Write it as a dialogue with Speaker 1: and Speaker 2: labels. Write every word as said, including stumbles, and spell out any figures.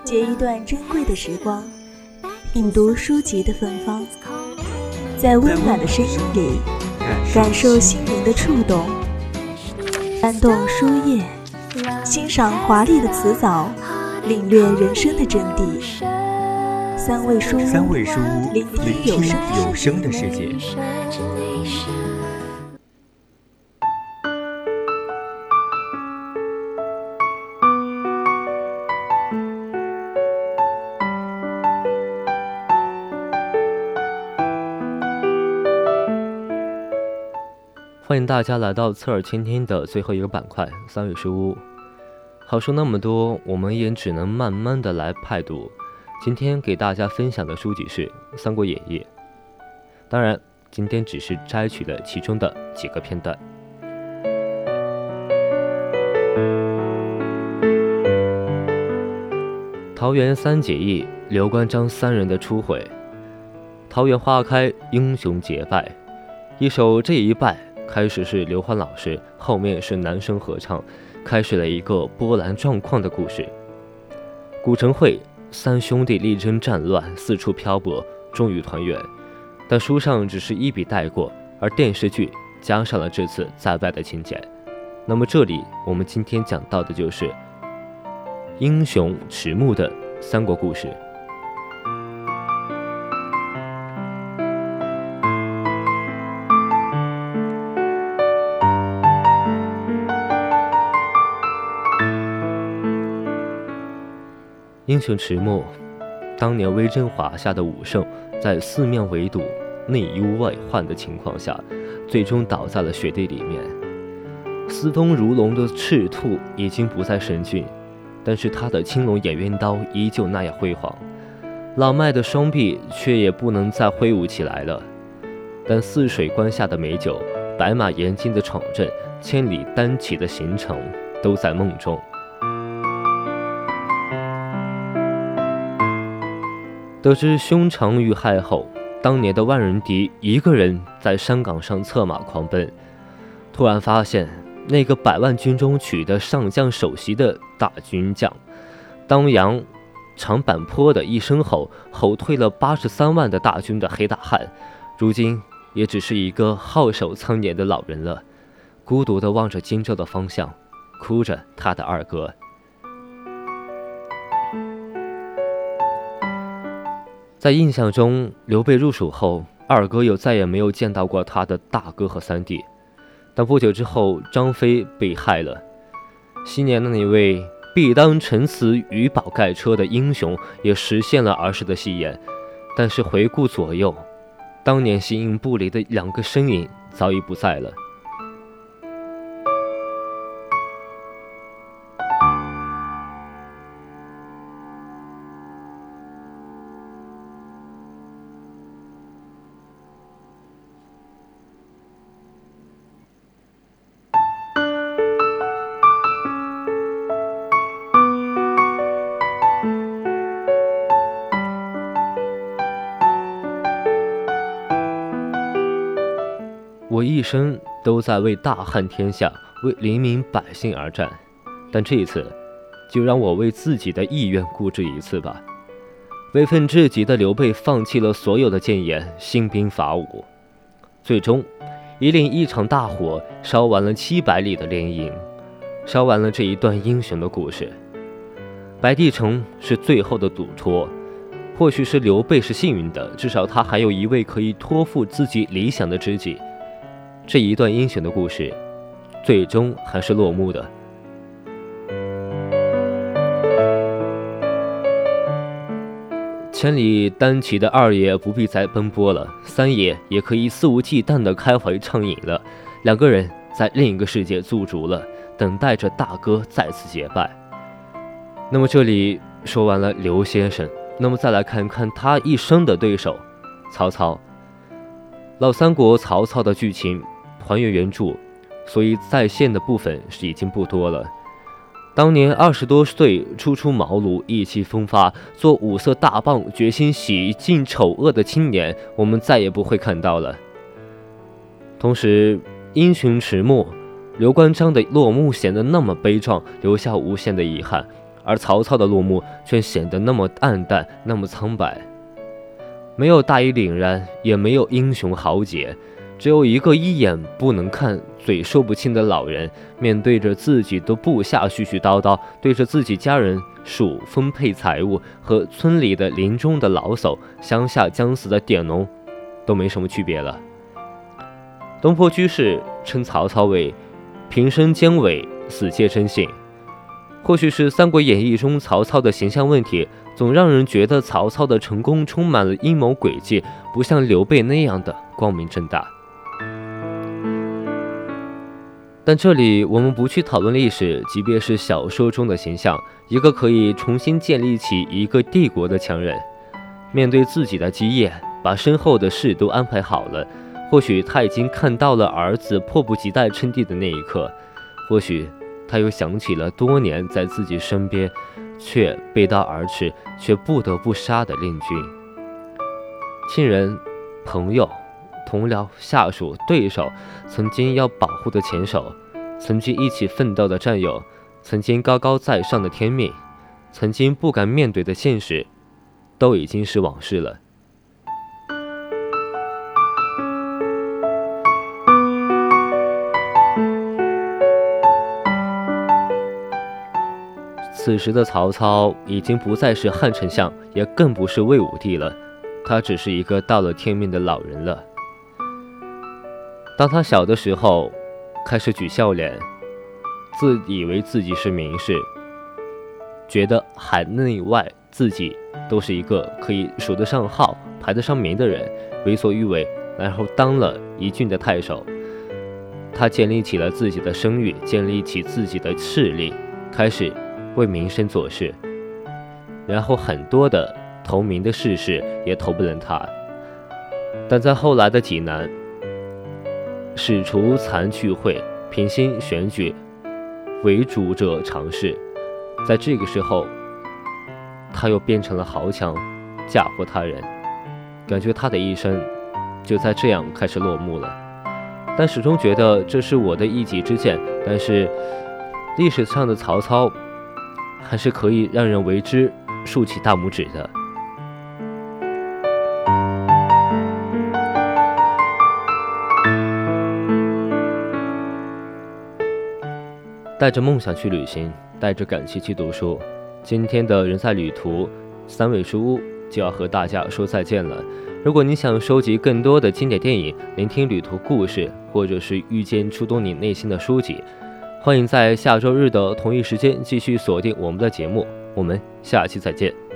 Speaker 1: 借一段珍贵的时光，品读书籍的芬芳，在温暖的声音里感受心灵的触动，翻动书页，欣赏华丽的词藻，领略人生的真谛。三味书屋，
Speaker 2: 三味书屋，
Speaker 1: 聆听有声
Speaker 2: 有声的世界。
Speaker 3: 欢迎大家来到侧耳倾听的最后一个板块三味书屋。好书那么多，我们也只能慢慢的来派读。今天给大家分享的书籍是《三国演义》，当然今天只是摘取了其中的几个片段。桃园三结义，刘关张三人的初会。桃园花开，英雄结拜。一首这一拜开始是刘欢老师，后面是男声合唱，开始了一个波澜壮阔的故事。古城会，三兄弟力争战乱，四处漂泊，终于团圆。但书上只是一笔带过，而电视剧加上了这次再拜的情节。那么这里我们今天讲到的就是英雄迟暮的三国故事。英雄迟暮，当年威震华夏的武圣，在四面围堵、内忧外患的情况下，最终倒在了雪地里面。嘶风如龙的赤兔已经不再神俊，但是他的青龙偃月刀依旧那样辉煌，老迈的双臂却也不能再挥舞起来了。但泗水关下的美酒、白马延津的闯阵、千里单骑的行程，都在梦中。得知兄长遇害后，当年的万人敌一个人在山岗上策马狂奔，突然发现那个百万军中取得上将首席的大军将，当阳长坂坡的一声吼，吼退了八十三万的大军的黑大汉，如今也只是一个皓首苍年的老人了，孤独地望着荆州的方向，哭着他的二哥。在印象中，刘备入蜀后，二哥又再也没有见到过他的大哥和三弟。但不久之后，张飞被害了，昔年的那位必当陈词与宝盖车的英雄也实现了儿时的戏言。但是回顾左右，当年形影不离的两个身影早已不在了。我一生都在为大汉天下、为黎民百姓而战，但这一次，就让我为自己的意愿固执一次吧。悲愤至极的刘备放弃了所有的谏言，兴兵伐吴，最终以令一场大火烧完了七百里的连营，烧完了这一段英雄的故事。白帝城是最后的赌托，或许是刘备是幸运的，至少他还有一位可以托付自己理想的知己。这一段英雄的故事，最终还是落幕的。千里单骑的二爷不必再奔波了，三爷也可以肆无忌惮地开怀畅饮了。两个人在另一个世界驻足了，等待着大哥再次结拜。那么这里说完了刘先生，那么再来看看他一生的对手曹操。老三国曹操的剧情还原原著，所以在线的部分是已经不多了。当年二十多岁初出茅庐，意气风发，做五色大棒，决心洗尽丑恶的青年，我们再也不会看到了。同时，英雄迟暮，刘关张的落幕显得那么悲壮，留下无限的遗憾。 而曹操的落幕却显得那么暗淡，那么苍白。没有大义凛然，也没有英雄豪杰，只有一个一眼不能看、嘴说不清的老人，面对着自己的部下絮絮叨叨，对着自己家人数分配财物，和村里的林中的老叟、乡下将死的佃农都没什么区别了。东坡居士称曹操为平生奸伪，死皆真性。或许是《三国演义》中曹操的形象问题，总让人觉得曹操的成功充满了阴谋诡计，不像刘备那样的光明正大。但这里我们不去讨论历史，即便是小说中的形象，一个可以重新建立起一个帝国的强人，面对自己的基业，把身后的事都安排好了。或许他已经看到了儿子迫不及待称帝的那一刻，或许他又想起了多年在自己身边却背道而驰，却不得不杀的令君。亲人、朋友、同僚、下属、对手，曾经要保护的前手，曾经一起奋斗的战友，曾经高高在上的天命，曾经不敢面对的现实，都已经是往事了。此时的曹操已经不再是汉丞相，也更不是魏武帝了，他只是一个到了天命的老人了。当他小的时候，开始举孝廉，自以为自己是名士，觉得海内外自己都是一个可以数得上号、排得上名的人，为所欲为，然后当了一郡的太守。他建立起了自己的声誉，建立起自己的势力，开始为民生做事，然后很多的投名的士士也投不能他。但在后来的济南，使除残聚会，平兴选举，为主者常事。在这个时候，他又变成了豪强，嫁祸他人，感觉他的一生就在这样开始落幕了。但始终觉得这是我的一己之见，但是历史上的曹操还是可以让人为之竖起大拇指的。带着梦想去旅行，带着感情去读书。今天的人在旅途三味书屋就要和大家说再见了。如果你想收集更多的经典电影，聆听旅途故事，或者是遇见触动你内心的书籍，欢迎在下周日的同一时间继续锁定我们的节目。我们下期再见。